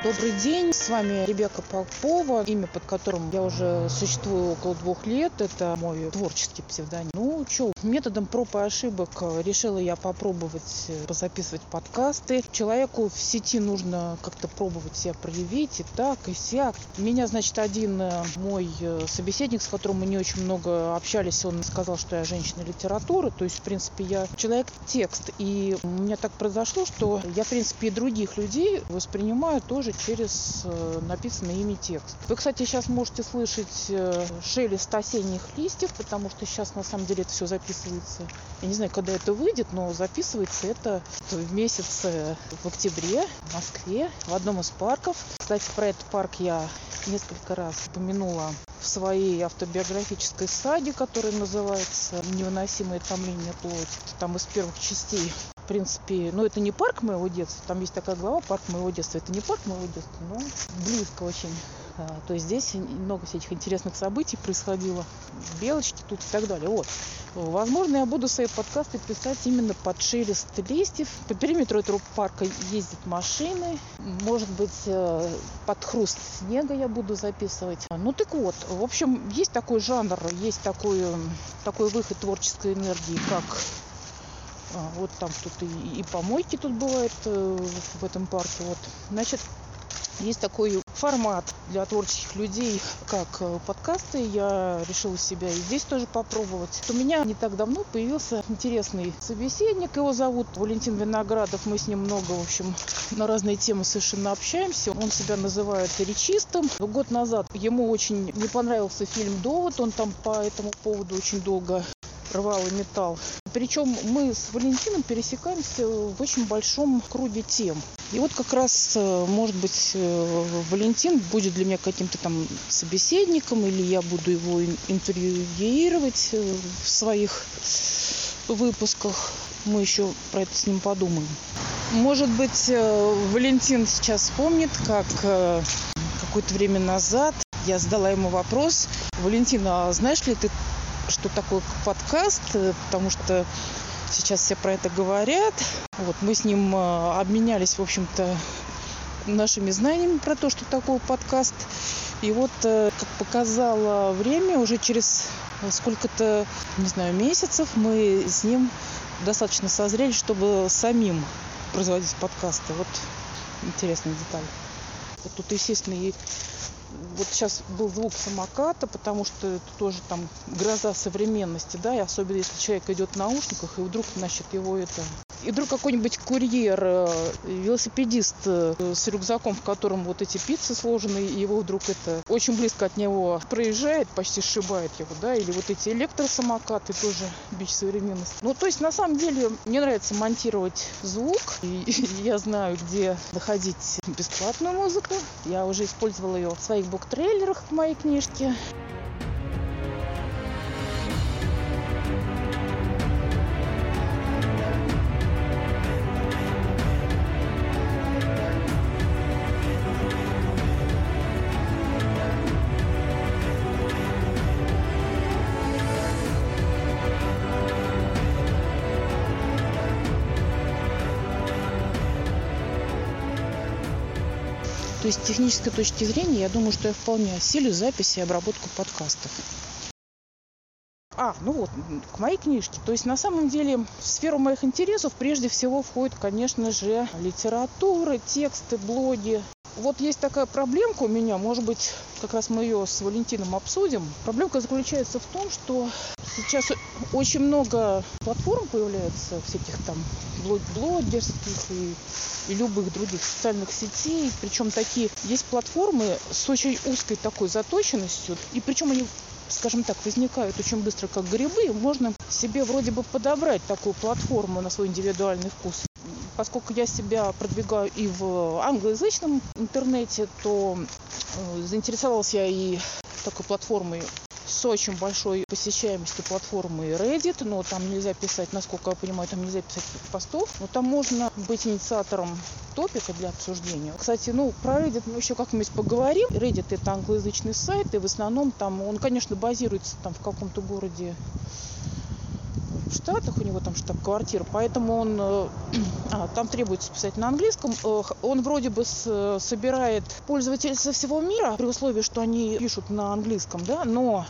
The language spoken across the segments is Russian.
Добрый день, с вами Ребекка Попова, имя, под которым я уже существую около 2 лет, это мой творческий псевдоним. Методом проб и ошибок решила я попробовать позаписывать подкасты. Человеку в сети нужно как-то пробовать себя проявить, и так, и сяк. Меня, один мой собеседник, с которым мы не очень много общались, он сказал, что я женщина литературы, то есть, в принципе, я человек-текст. И у меня так произошло, что я, в принципе, и других людей воспринимаю тоже через написанный ими текст. Вы, кстати, сейчас можете слышать шелест осенних листьев, потому что сейчас, на самом деле, это все записывается. Я не знаю, когда это выйдет, но записывается это в месяц в октябре в Москве, в одном из парков. Кстати, про этот парк я несколько раз упомянула в своей автобиографической саге, которая называется «Невыносимое томление плоти». Там из первых частей. В принципе, это не парк моего детства, там есть такая глава «Парк моего детства». Это не парк моего детства, но близко очень. То есть здесь много всяких интересных событий происходило. Белочки тут и так далее. Возможно, я буду свои подкасты писать именно под шелест листьев. По периметру этого парка ездят машины. Может быть, под хруст снега я буду записывать. В общем, есть такой жанр, есть такой выход творческой энергии, как там тут и помойки тут бывают в этом парке. Есть такой формат для творческих людей, как подкасты. Я решила себя и здесь тоже попробовать. У меня не так давно появился интересный собеседник. Его зовут Валентин Виноградов. Мы с ним много, на разные темы совершенно общаемся. Он себя называет речистом. Год назад ему очень не понравился фильм «Довод». Он там по этому поводу очень долго рвал и металл. Причем мы с Валентином пересекаемся в очень большом круге тем. И как раз, может быть, Валентин будет для меня каким-то там собеседником, или я буду его интервьюировать в своих выпусках. Мы еще про это с ним подумаем. Может быть, Валентин сейчас вспомнит, как какое-то время назад я задала ему вопрос: «Валентин, а знаешь ли ты, что такое подкаст?» Потому что сейчас все про это говорят. Мы с ним обменялись, нашими знаниями про то, что такое подкаст. И как показало время, уже через сколько-то, месяцев мы с ним достаточно созрели, чтобы самим производить подкасты. Интересная деталь. Тут, естественно, и сейчас был звук самоката, потому что это тоже там гроза современности, да, и особенно если человек идет в наушниках, и вдруг, и вдруг какой-нибудь курьер, велосипедист с рюкзаком, в котором эти пиццы сложены, и его вдруг очень близко от него проезжает, почти сшибает его, да, или эти электросамокаты, тоже бич современности. То есть, на самом деле, мне нравится монтировать звук, и я знаю, где находить бесплатную музыку. Я уже использовала ее в своих буктрейлерах в моей книжке. То есть с технической точки зрения, я думаю, что я вполне осилю запись и обработку подкастов. К моей книжке. То есть, на самом деле, в сферу моих интересов прежде всего входит, конечно же, литература, тексты, блоги. Есть такая проблемка у меня, может быть, как раз мы ее с Валентином обсудим. Проблемка заключается в том, что сейчас очень много платформ появляется, всяких там блогерских и любых других социальных сетей. Причем есть платформы с очень узкой такой заточенностью. И причем они, возникают очень быстро, как грибы. Можно себе вроде бы подобрать такую платформу на свой индивидуальный вкус. Поскольку я себя продвигаю и в англоязычном интернете, то заинтересовалась я и такой платформой с очень большой посещаемостью, платформы Reddit, но там нельзя писать, насколько я понимаю, там нельзя писать постов, но там можно быть инициатором топика для обсуждения. Кстати, про Reddit мы еще как-нибудь поговорим. Reddit — это англоязычный сайт, и в основном там он, конечно, базируется там в каком-то городе в Штатах, у него там штаб-квартира, поэтому он там требуется писать на английском. Он вроде бы собирает пользователей со всего мира, при условии, что они пишут на английском, да, но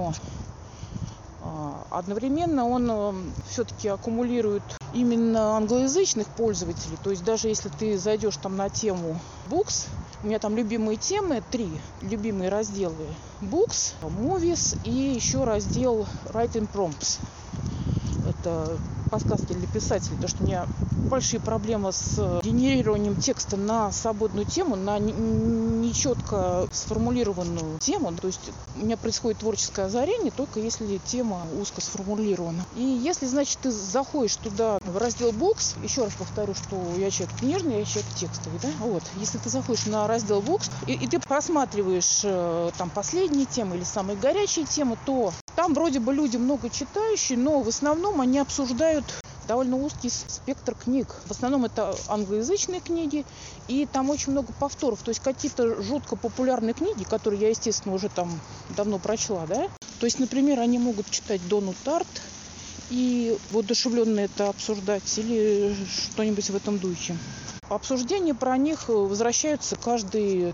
одновременно он все-таки аккумулирует именно англоязычных пользователей. То есть даже если ты зайдешь там на тему Books, у меня там любимые темы, 3 любимые разделы: Books, Movies и еще раздел Writing Prompts. Это подсказки для писателей, потому что у меня большие проблемы с генерированием текста на свободную тему, на нечетко сформулированную тему. То есть у меня происходит творческое озарение только если тема узко сформулирована. И если, значит, ты заходишь туда в раздел Books, еще раз повторю, что я человек книжный, я человек текстовый, да? Вот. Если ты заходишь на раздел Books и ты просматриваешь там последние темы или самые горячие темы, то там вроде бы люди много читающие, но в основном они обсуждают довольно узкий спектр книг. В основном это англоязычные книги, и там очень много повторов. То есть какие-то жутко популярные книги, которые я, естественно, уже там давно прочла, да. То есть, например, они могут читать Донну Тарт и воодушевленно это обсуждать или что-нибудь в этом духе. Обсуждения про них возвращаются каждые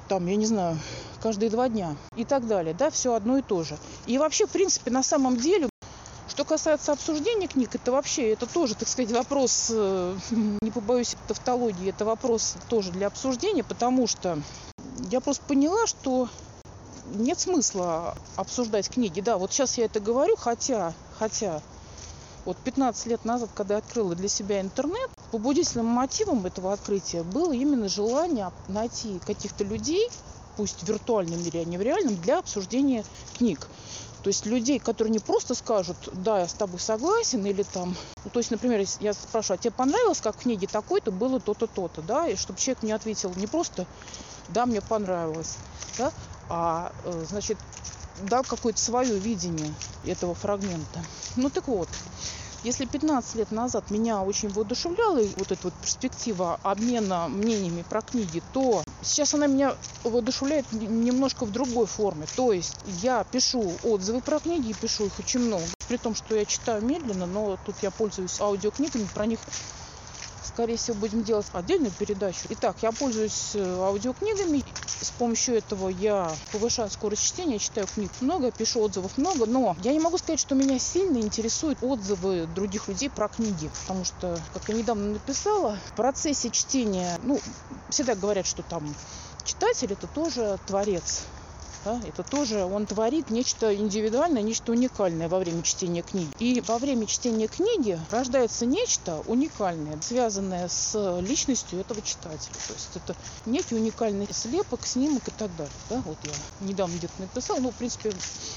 2 дня и так далее, да, все одно и то же. И вообще, в принципе, на самом деле, что касается обсуждения книг, это тоже, так сказать, вопрос, не побоюсь тавтологии, это вопрос тоже для обсуждения, потому что я просто поняла, что нет смысла обсуждать книги. Да, вот сейчас я это говорю, хотя вот 15 лет назад, когда я открыла для себя интернет, побудительным мотивом этого открытия было именно желание найти каких-то людей, пусть в виртуальном мире, а не в реальном, для обсуждения книг. То есть людей, которые не просто скажут: да, я с тобой согласен, или там, то есть, например, я спрашиваю: а тебе понравилось, как в книге такой-то было то-то, то-то, да, и чтобы человек мне ответил не просто: да, мне понравилось, да, а, значит, дал какое-то свое видение этого фрагмента. Ну так вот, если 15 лет назад меня очень воодушевляла вот эта вот перспектива обмена мнениями про книги, то сейчас она меня воодушевляет немножко в другой форме. То есть я пишу отзывы про книги, и пишу их очень много. При том, что я читаю медленно, но тут я пользуюсь аудиокнигами, про них, скорее всего, будем делать отдельную передачу. Итак, я пользуюсь аудиокнигами. С помощью этого я повышаю скорость чтения, читаю книг много, пишу отзывов много, но я не могу сказать, что меня сильно интересуют отзывы других людей про книги, потому что, как я недавно написала, в процессе чтения, всегда говорят, что там читатель — это тоже творец. Да, это тоже он творит нечто индивидуальное, нечто уникальное во время чтения книги. И во время чтения книги рождается нечто уникальное, связанное с личностью этого читателя. То есть это некий уникальный слепок, снимок и так далее. Да? Вот я недавно где-то написала, в принципе,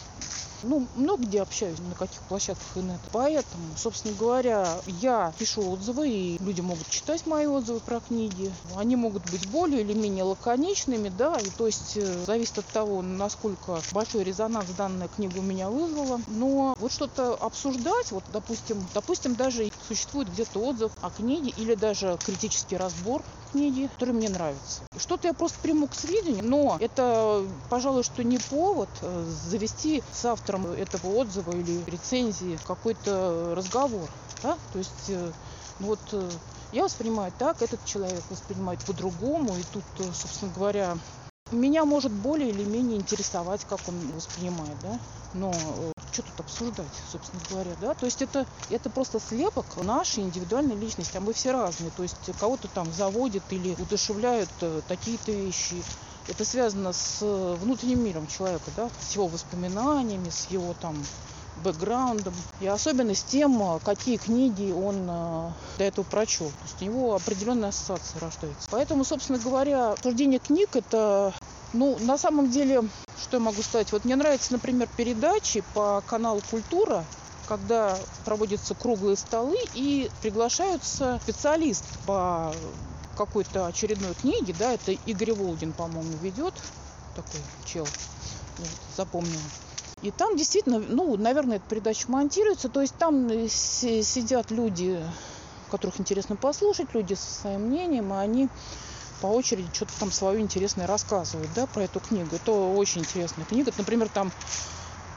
много где общаюсь, на каких площадках инета. Поэтому, собственно говоря, я пишу отзывы, и люди могут читать мои отзывы про книги. Они могут быть более или менее лаконичными, да, и то есть зависит от того, насколько большой резонанс данная книга у меня вызвала. Но вот что-то обсуждать, вот, допустим, даже существует где-то отзыв о книге или даже критический разбор книги, который мне нравится. Что-то я просто приму к сведению, но это, пожалуй, что не повод завести с автором этого отзыва или рецензии какой-то разговор. Да? То есть я воспринимаю так, этот человек воспринимает по-другому, и тут, собственно говоря, меня может более или менее интересовать, как он воспринимает, да? Но что тут обсуждать, собственно говоря, да? То есть это просто слепок нашей индивидуальной личности, а мы все разные. То есть кого-то там заводят или удушевляют такие-то вещи. Это связано с внутренним миром человека, да? С его воспоминаниями, с его там бэкграундом. И особенно с тем, какие книги он до этого прочел. То есть у него определенная ассоциация рождается. Поэтому, собственно говоря, обсуждение книг — это, на самом деле, что я могу сказать? Вот мне нравятся, например, передачи по каналу «Культура», когда проводятся круглые столы и приглашаются специалисты по какой-то очередной книге. Да, это Игорь Волгин, по-моему, ведет. Такой чел, запомнила. И там действительно, наверное, эта передача монтируется. То есть там сидят люди, которых интересно послушать, люди со своим мнением, и они по очереди что-то там свое интересное рассказывают, да, про эту книгу. Это очень интересная книга. Например, там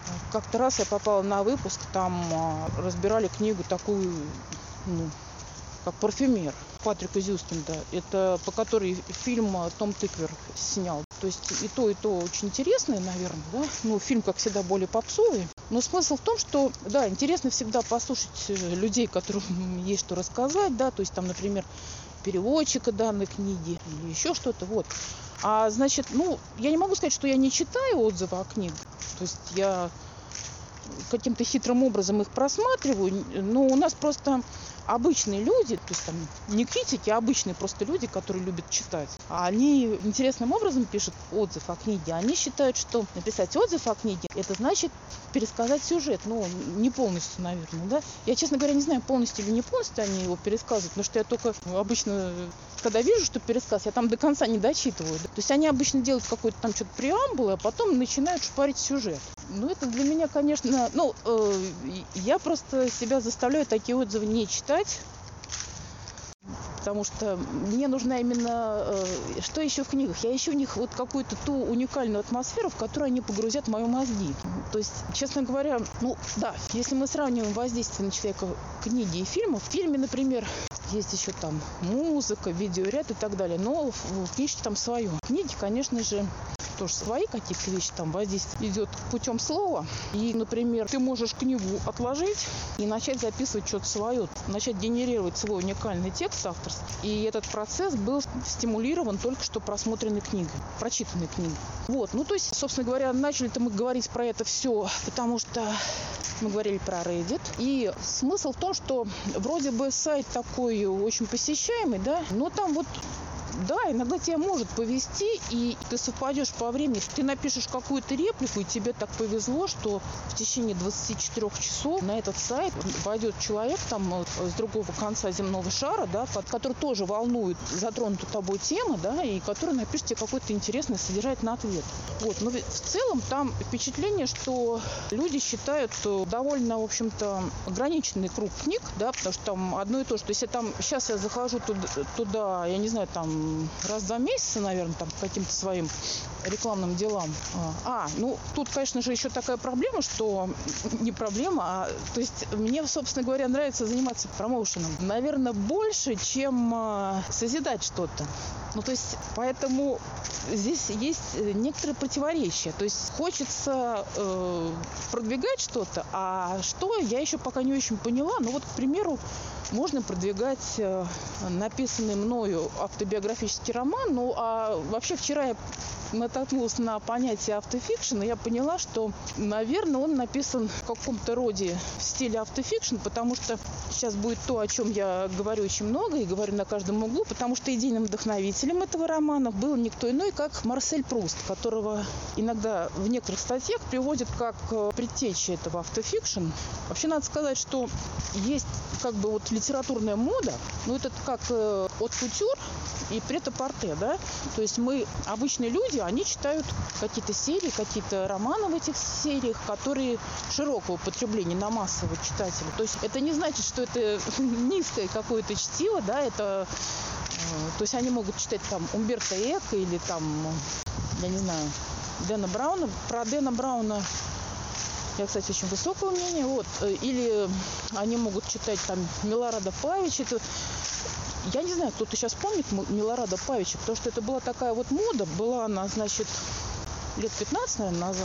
Как-то раз я попала на выпуск, там разбирали книгу такую, ну, как «Парфюмер» Патрика Зюскинда. Это по которой фильм Том Тыквер снял. То есть и то очень интересное, наверное, да. Ну, фильм, как всегда, более попсовый. Но смысл в том, что, да, интересно всегда послушать людей, которым есть что рассказать, да. То есть там, например, переводчика данной книги или еще что-то, вот. А значит, ну, я не могу сказать, что я не читаю отзывы о книгах. То есть я каким-то хитрым образом их просматриваю, но у нас просто обычные люди, то есть там не критики, а обычные просто люди, которые любят читать. А они интересным образом пишут отзыв о книге. Они считают, что написать отзыв о книге, это значит пересказать сюжет. Ну, не полностью, наверное, да. Я, честно говоря, не знаю, полностью или не полностью они его пересказывают, потому что я только обычно, когда вижу, что пересказ, я там до конца не дочитываю. То есть они обычно делают какой-то там что-то преамбулы, а потом начинают шпарить сюжет. Ну, это для меня, конечно, я просто себя заставляю такие отзывы не читать, потому что мне нужна именно, что еще в книгах? Я ищу в них вот какую-то ту уникальную атмосферу, в которую они погрузят мои мозги. То есть, честно говоря, ну, да, если мы сравниваем воздействие на человека книги и фильма, в фильме, например, есть еще там музыка, видеоряд и так далее, но в книжке там свое. В книге, конечно же, тоже свои какие-то вещи, там воздействие идет путем слова. И, например, ты можешь книгу отложить и начать записывать что-то свое, начать генерировать свой уникальный текст авторский. И этот процесс был стимулирован только что просмотренной книгой, прочитанной книгой. Вот, ну то есть, собственно говоря, начали-то мы говорить про это все, потому что мы говорили про Reddit. И смысл в том, что вроде бы сайт такой очень посещаемый, да, но там вот да, иногда тебя может повезти, и ты совпадешь по времени. Ты напишешь какую-то реплику, и тебе так повезло, что в течение 24 часов на этот сайт войдет человек там с другого конца земного шара, да, который тоже волнует затронутую тобой тему, да, и который напишет тебе какой-то интересный содержательный ответ. Вот. Но в целом там впечатление, что люди считают довольно, в общем-то, ограниченный круг книг, да, потому что там одно и то же. То есть сейчас я захожу туда, я не знаю, там раз в 2 месяца, наверное, там по каким-то своим рекламным делам. Ну, тут, конечно же, еще такая проблема, что не проблема, то есть мне, собственно говоря, нравится заниматься промоушеном. Наверное, больше, чем созидать что-то. Ну, то есть, поэтому здесь есть некоторые противоречия. То есть хочется продвигать что-то, а что, я еще пока не очень поняла. Ну, вот, к примеру, можно продвигать написанный мною автобиографический роман. Ну, а вообще вчера я натолкнулась на понятие автофикшн, и я поняла, что, наверное, он написан в каком-то роде в стиле автофикшн, потому что сейчас будет то, о чем я говорю очень много и говорю на каждом углу, потому что идейным вдохновителем этого романа был никто иной, как Марсель Пруст, которого иногда в некоторых статьях приводят как предтеча этого автофикшн. Вообще, надо сказать, что есть как бы вот литературная мода, но это как от кутюр и прет-а-порте, да, то есть мы, обычные люди, они читают какие-то серии, какие-то романы в этих сериях, которые широкого потребления на массового читателя. То есть это не значит, что это низкое какое-то чтиво, да, это, то есть они могут читать там Умберто Эко или там, я не знаю, Дэна Брауна. Про Дэна Брауна я, кстати, очень высокого мнения, вот, или они могут читать там Милорада Павича. Я не знаю, кто-то сейчас помнит Милорада Павича, потому что это была такая вот мода, была она, значит, лет 15, наверное, назад.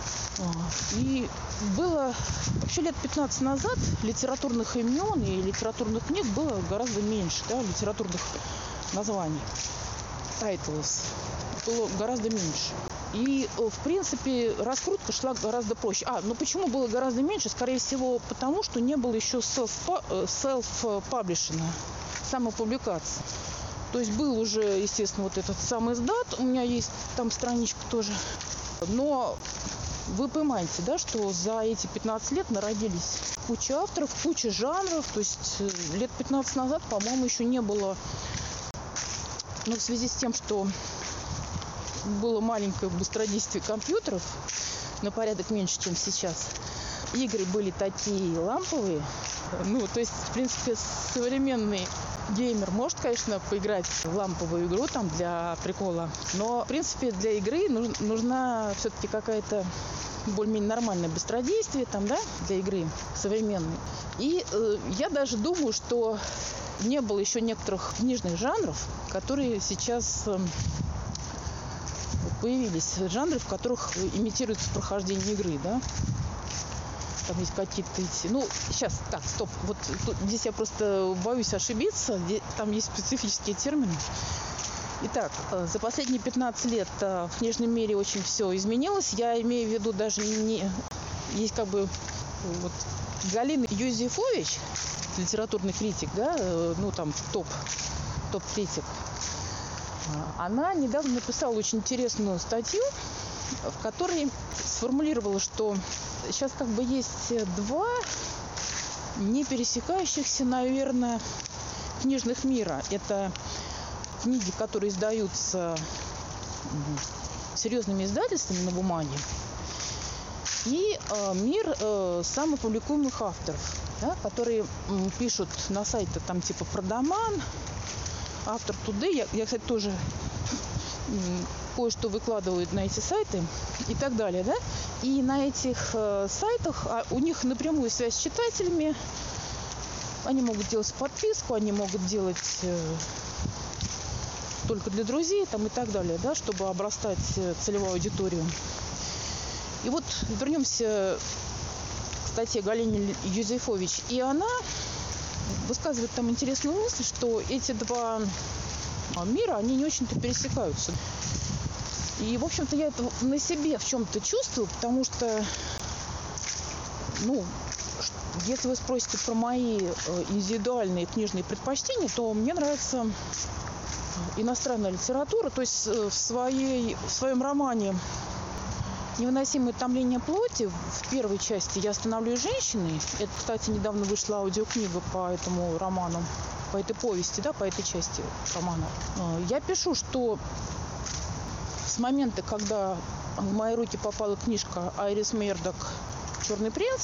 И было вообще лет 15 назад литературных имен и литературных книг было гораздо меньше, да, литературных названий, titles, было гораздо меньше. И, в принципе, раскрутка шла гораздо проще. Ну почему было гораздо меньше? Скорее всего, потому что не было еще self-publishing, самопубликации. То есть был уже, естественно, вот этот сам издат, у меня есть там страничка тоже. Но вы понимаете, да, что за эти 15 лет народились куча авторов, куча жанров. То есть лет 15 назад, по-моему, еще не было, в связи с тем, что было маленькое быстродействие компьютеров, на порядок меньше, чем сейчас, игры были такие ламповые. Ну, то есть, в принципе, современный геймер может, конечно, поиграть в ламповую игру там для прикола, но, в принципе, для игры нужна все-таки какая-то более-менее нормальное быстродействие там, да, для игры современной. И я даже думаю, что не было еще некоторых книжных жанров, которые сейчас появились. Жанры, в которых имитируется прохождение игры, да. Там есть какие-то эти... Ну, сейчас, так, стоп. Вот тут, здесь я просто боюсь ошибиться. Там есть специфические термины. Итак, за последние 15 лет в книжном мире очень все изменилось. Я имею в виду даже не... Есть как бы вот Галина Юзефович, литературный критик, да, ну там топ-критик. Она недавно написала очень интересную статью, в которой сформулировала, что сейчас как бы есть два не пересекающихся, наверное, книжных мира. Это книги, которые издаются серьезными издательствами на бумаге, и мир самопубликуемых авторов, да, которые пишут на сайтах там типа «Продаман», «Автор Today». Я, кстати, тоже кое-что выкладывают на эти сайты и так далее, да. И на этих сайтах у них напрямую связь с читателями. Они могут делать подписку, они могут делать только для друзей там, и так далее, да, чтобы обрастать целевую аудиторию. И вот вернемся к статье Галины Юзефович. И она высказывает там интересную мысль, что эти два мира, они не очень-то пересекаются. И, в общем-то, я это на себе в чем-то чувствую, потому что, ну, если вы спросите про мои индивидуальные книжные предпочтения, то мне нравится иностранная литература. То есть в своем романе «Невыносимое томление плоти» в первой части я становлюсь женщиной. Это, кстати, недавно вышла аудиокнига по этому роману, по этой повести, да, по этой части романа. Я пишу, что с момента, когда в мои руки попала книжка Айрис Мердок «Черный принц»,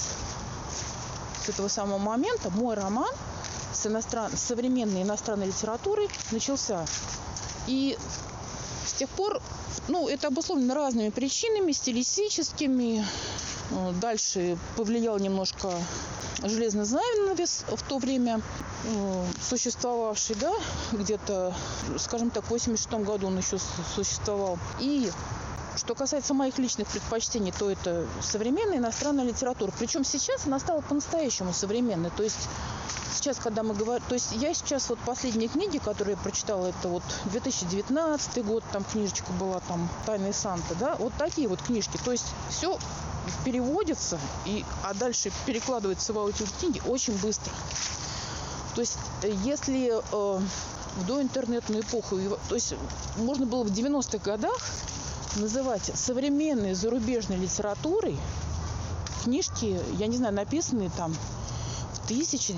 с этого самого момента мой роман с современной иностранной литературой начался. И с тех пор, ну, это обусловлено разными причинами, стилистическими. Дальше повлиял немножко железный занавес в то время существовавший, да, где-то, скажем так, в 1986 году он еще существовал. И что касается моих личных предпочтений, то это современная иностранная литература. Причем сейчас она стала по-настоящему современной. То есть сейчас, когда мы говорим... То есть я сейчас вот последние книги, которые я прочитала, это вот 2019 год, там книжечка была, там «Тайны Санты», да, вот такие вот книжки. То есть все переводится, а дальше перекладывается в аудиокниги очень быстро. То есть если в доинтернетную эпоху, то есть можно было в 90-х годах называть современной зарубежной литературой книжки, я не знаю, написанные там в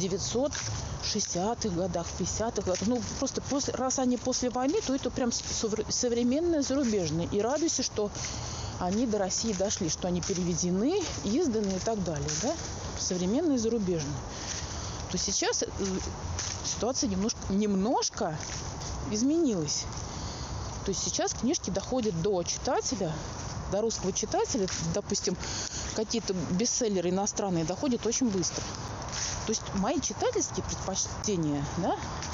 1960-х годах, 50-х годах. Ну, просто раз они после войны, то это прям современные зарубежные. И радуйся, что они до России дошли, что они переведены, изданы и так далее, да? Современные зарубежные. То сейчас ситуация немножко изменилась. То есть сейчас книжки доходят до читателя, до русского читателя, допустим, какие-то бестселлеры иностранные доходят очень быстро. То есть мои читательские предпочтения, да,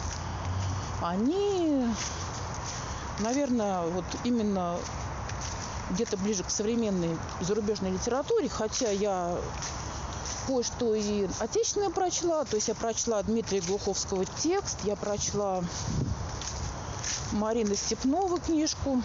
они, наверное, вот именно где-то ближе к современной зарубежной литературе, хотя я кое-что и отечественное прочла, то есть я прочла Дмитрия Глуховского текст, я прочла Марины Степновой книжку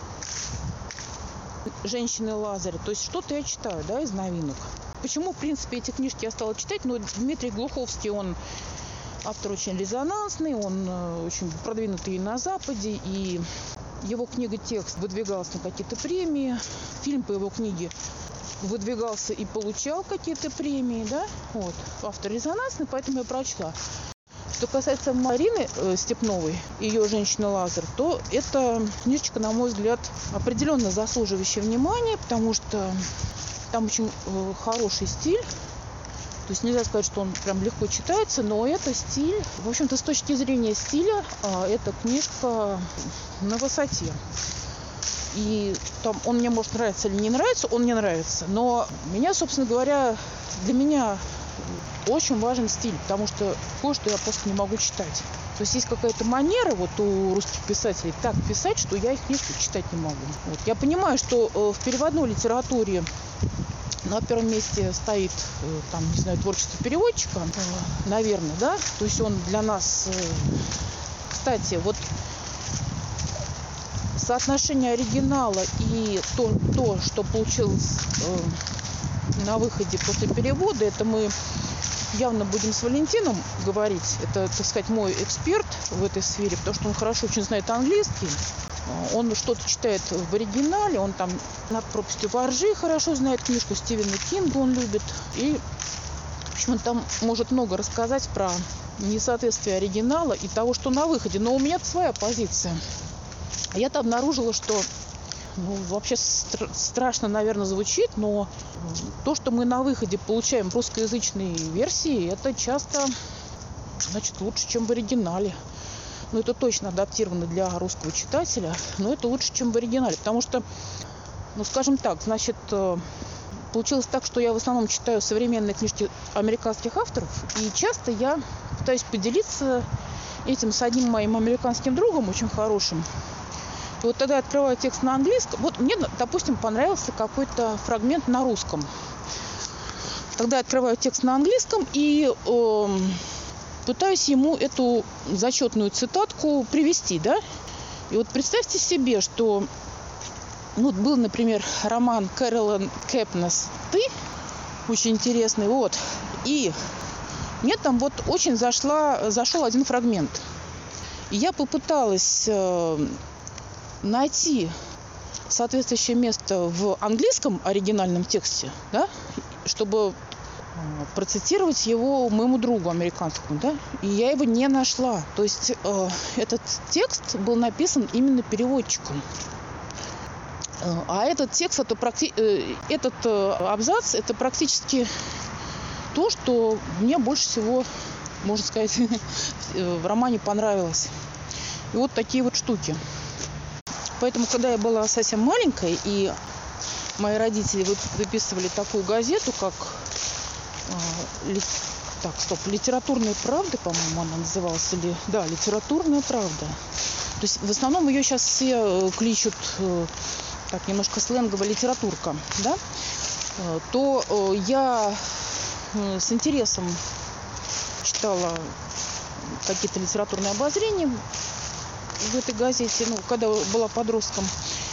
«Женщины Лазаря». То есть что-то я читаю, да, из новинок. Почему, в принципе, эти книжки я стала читать? Ну, Дмитрий Глуховский, он автор очень резонансный, он очень продвинутый на Западе, и его книга-текст выдвигался на какие-то премии. Фильм по его книге выдвигался и получал какие-то премии, да. Вот. Автор резонансный, поэтому я прочла. Что касается Марины Степновой, ее «Женщина Лазарь», то это книжечка, на мой взгляд, определенно заслуживающая внимания, потому что Там очень хороший стиль. То есть нельзя сказать, что он прям легко читается, но это стиль. В общем-то, с точки зрения стиля, эта книжка на высоте. И там он мне может нравиться или не нравится, он мне нравится. Но меня, собственно говоря, для меня очень важен стиль, потому что кое-что я просто не могу читать. То есть есть какая-то манера вот у русских писателей так писать, что я их книжку читать не могу. Вот. Я понимаю, что в переводной литературе на первом месте стоит, там, не знаю, творчество переводчика, наверное, да? То есть он для нас... Кстати, вот соотношение оригинала и то, что получилось на выходе после перевода, это мы явно будем с Валентином говорить. Это, так сказать, мой эксперт в этой сфере, потому что он хорошо очень знает английский. Он что-то читает в оригинале, он там «Над пропастью во ржи» хорошо знает книжку Стивена Кинга, он любит. И, в общем, он там может много рассказать про несоответствие оригинала и того, что на выходе. Но у меня своя позиция. Я-то обнаружила, что вообще страшно, наверное, звучит, но то, что мы на выходе получаем в русскоязычной версии, это часто, значит, лучше, чем в оригинале. Ну, это точно адаптировано для русского читателя, но это лучше, чем в оригинале. Потому что, скажем так, значит, получилось так, что я в основном читаю современные книжки американских авторов, и часто я пытаюсь поделиться этим с одним моим американским другом, очень хорошим. И вот тогда я открываю текст на английском. Вот мне, допустим, понравился какой-то фрагмент на русском. Тогда я открываю текст на английском и пытаюсь ему эту зачетную цитатку привести, да? И вот представьте себе, что был, например, роман Кэролин Кэпнес «Ты», очень интересный, вот. И мне там вот очень зашел один фрагмент. И я попыталась найти соответствующее место в английском оригинальном тексте, да, чтобы процитировать его моему другу американскому, да, и я его не нашла. То есть этот текст был написан именно переводчиком. А этот текст, этот абзац, это практически то, что мне больше всего, можно сказать, в романе понравилось. И вот такие вот штуки. Поэтому, когда я была совсем маленькой, и мои родители выписывали такую газету, как «Литературная правда», по-моему, она называлась, да, «Литературная правда». То есть в основном ее сейчас все кличут так немножко сленгово «литературка», да, то я с интересом читала какие-то литературные обозрения в этой газете, когда была подростком.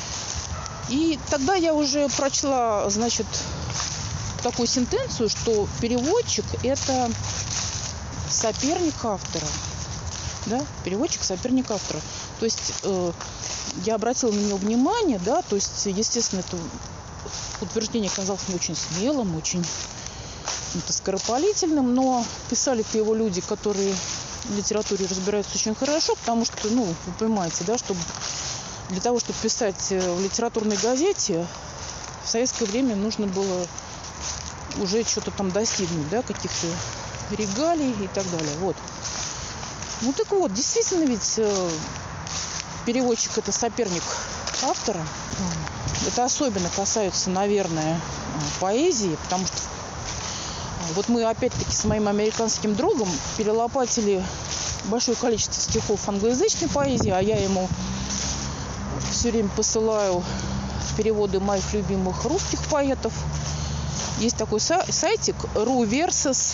И тогда я уже прочла, значит, такую сентенцию, что переводчик – это соперник автора. Да? Переводчик – соперник автора. То есть я обратила на него внимание, да, то есть, естественно, это утверждение казалось мне очень смелым, очень скоропалительным, но писали-то его люди, которые в литературе разбираются очень хорошо, потому что, вы понимаете, да, что для того, чтобы писать в литературной газете, в советское время нужно было уже что-то там достигнуть, да, каких-то регалий и так далее. Вот. Так вот, действительно ведь переводчик – это соперник автора. Это особенно касается, наверное, поэзии, потому что вот мы опять-таки с моим американским другом перелопатили большое количество стихов англоязычной поэзии, а я ему все время посылаю переводы моих любимых русских поэтов. Есть такой сайтик RuVersus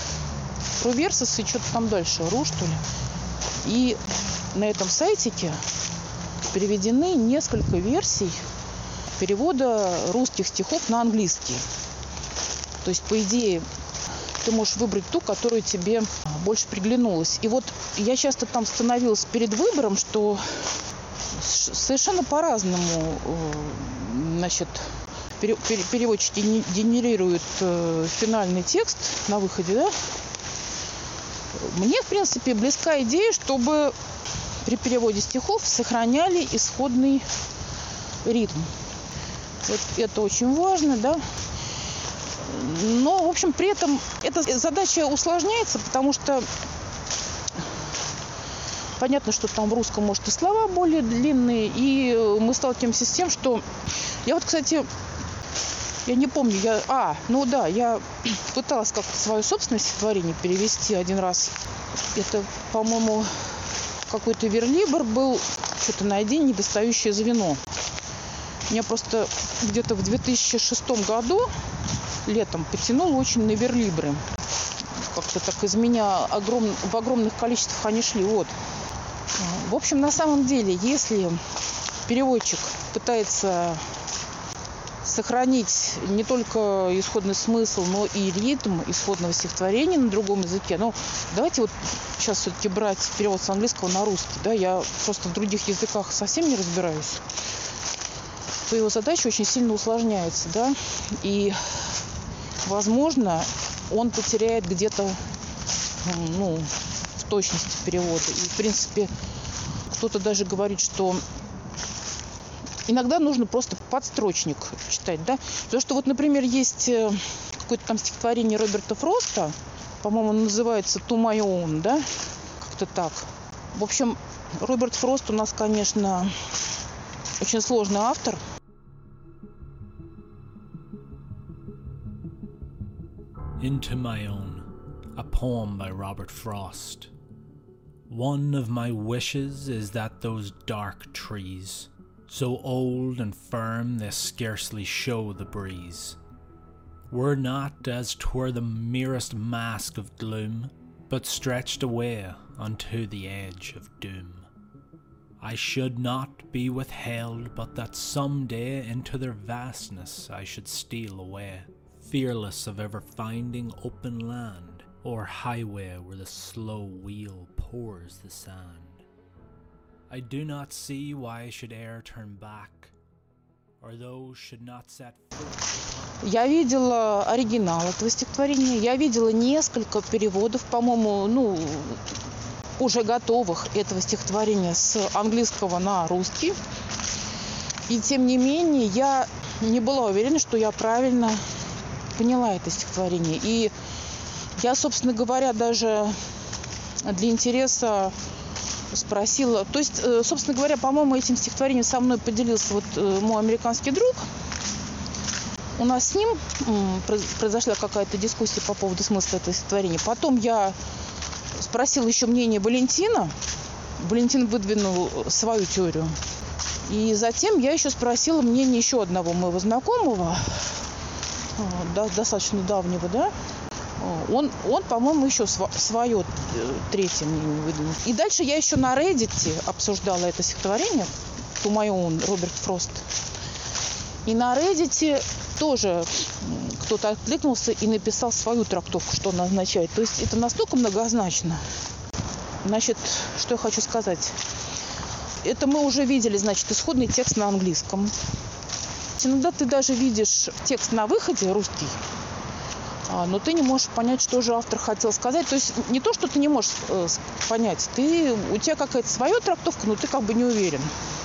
и что-то там дальше, Ру, что ли. И на этом сайтике переведены несколько версий перевода русских стихов на английский. То есть, по идее, ты можешь выбрать ту, которая тебе больше приглянулась. И вот я часто там становилась перед выбором, что совершенно по-разному, значит, переводчики генерируют финальный текст на выходе, да? Мне, в принципе, близка идея, чтобы при переводе стихов сохраняли исходный ритм. Вот это очень важно, да? общем, при этом эта задача усложняется, потому что понятно, что там в русском, может, и слова более длинные, и мы сталкиваемся с тем, что... Я вот, кстати, я не помню, я пыталась как-то свое собственное стихотворение перевести один раз. Это, по-моему, какой-то верлибр был, что-то «Найди недостающее звено». Меня просто где-то в 2006 году летом потянуло очень на верлибры. Как-то так из меня в огромных количествах они шли. Вот. В общем, на самом деле, если переводчик пытается сохранить не только исходный смысл, но и ритм исходного стихотворения на другом языке. Давайте вот сейчас все-таки брать перевод с английского на русский. Да, я просто в других языках совсем не разбираюсь. То его задача очень сильно усложняется, да. И, возможно, он потеряет где-то, в точности перевода. И, в принципе, кто-то даже говорит, что иногда нужно просто подстрочник читать, да. Потому что вот, например, есть какое-то там стихотворение Роберта Фроста, по-моему, оно называется «To My Own», да, как-то так. В общем, Роберт Фрост у нас, конечно, очень сложный автор. Into My Own, a poem by Robert Frost. One of my wishes is that those dark trees, so old and firm they scarcely show the breeze, were not as 'twere the merest mask of gloom, but stretched away unto the edge of doom. I should not be withheld, but that some day into their vastness I should steal away, fearless of ever finding open land, or highway where the slow wheel pours the sand. I do not see why I should e'er turn back, or those should not set foot. Я видела оригинал этого стихотворения, я видела несколько переводов, по-моему, уже готовых этого стихотворения с английского на русский. И тем не менее, я не была уверена, что я правильно поняла это стихотворение. И я, собственно говоря, даже для интереса спросила. То есть, собственно говоря, по-моему, этим стихотворением со мной поделился вот мой американский друг. У нас с ним произошла какая-то дискуссия по поводу смысла этого стихотворения. Потом я спросила еще мнение Валентина. Валентин выдвинул свою теорию. И затем я еще спросила мнение еще одного моего знакомого, достаточно давнего, да. Он, по-моему, еще свое третье мнение выдвинул. И дальше я еще на Reddit обсуждала это стихотворение «To My Own» Роберт Фрост. И на Reddit тоже кто-то откликнулся и написал свою трактовку, что она означает. То есть это настолько многозначно. Значит, что я хочу сказать. Это мы уже видели, значит, исходный текст на английском. Иногда ты даже видишь текст на выходе русский, но ты не можешь понять, что же автор хотел сказать. То есть не то, что ты не можешь понять, у тебя какая-то своя трактовка, но ты как бы не уверен.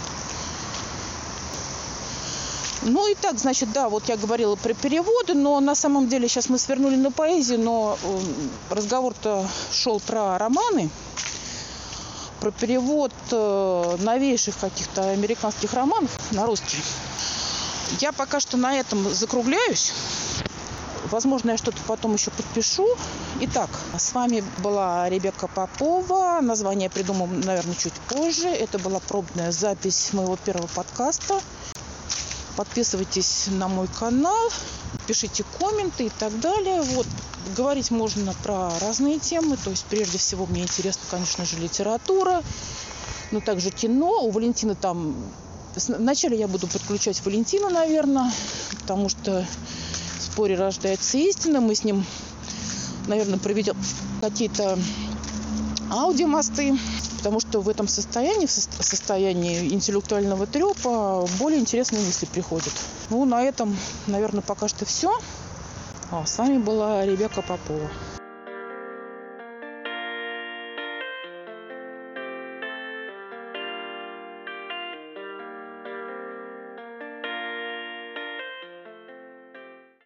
Ну и так, значит, да, вот я говорила про переводы, но на самом деле сейчас мы свернули на поэзию, но разговор-то шел про романы, про перевод новейших каких-то американских романов на русский. Я пока что на этом закругляюсь. Возможно, я что-то потом еще подпишу. Итак, с вами была Ребекка Попова. Название я придумаю, наверное, чуть позже. Это была пробная запись моего первого подкаста. Подписывайтесь на мой канал, пишите комменты и так далее. Вот, говорить можно про разные темы. То есть, прежде всего, мне интересна, конечно же, литература, но также кино. У Валентина там... Вначале я буду подключать Валентина, наверное, потому что в споре рождается истина. Мы с ним, наверное, проведем какие-то аудиомосты, потому что в этом состоянии, в состоянии интеллектуального трепа, более интересные мысли приходят. Ну, на этом, наверное, пока что все. С вами была Ребекка Попова.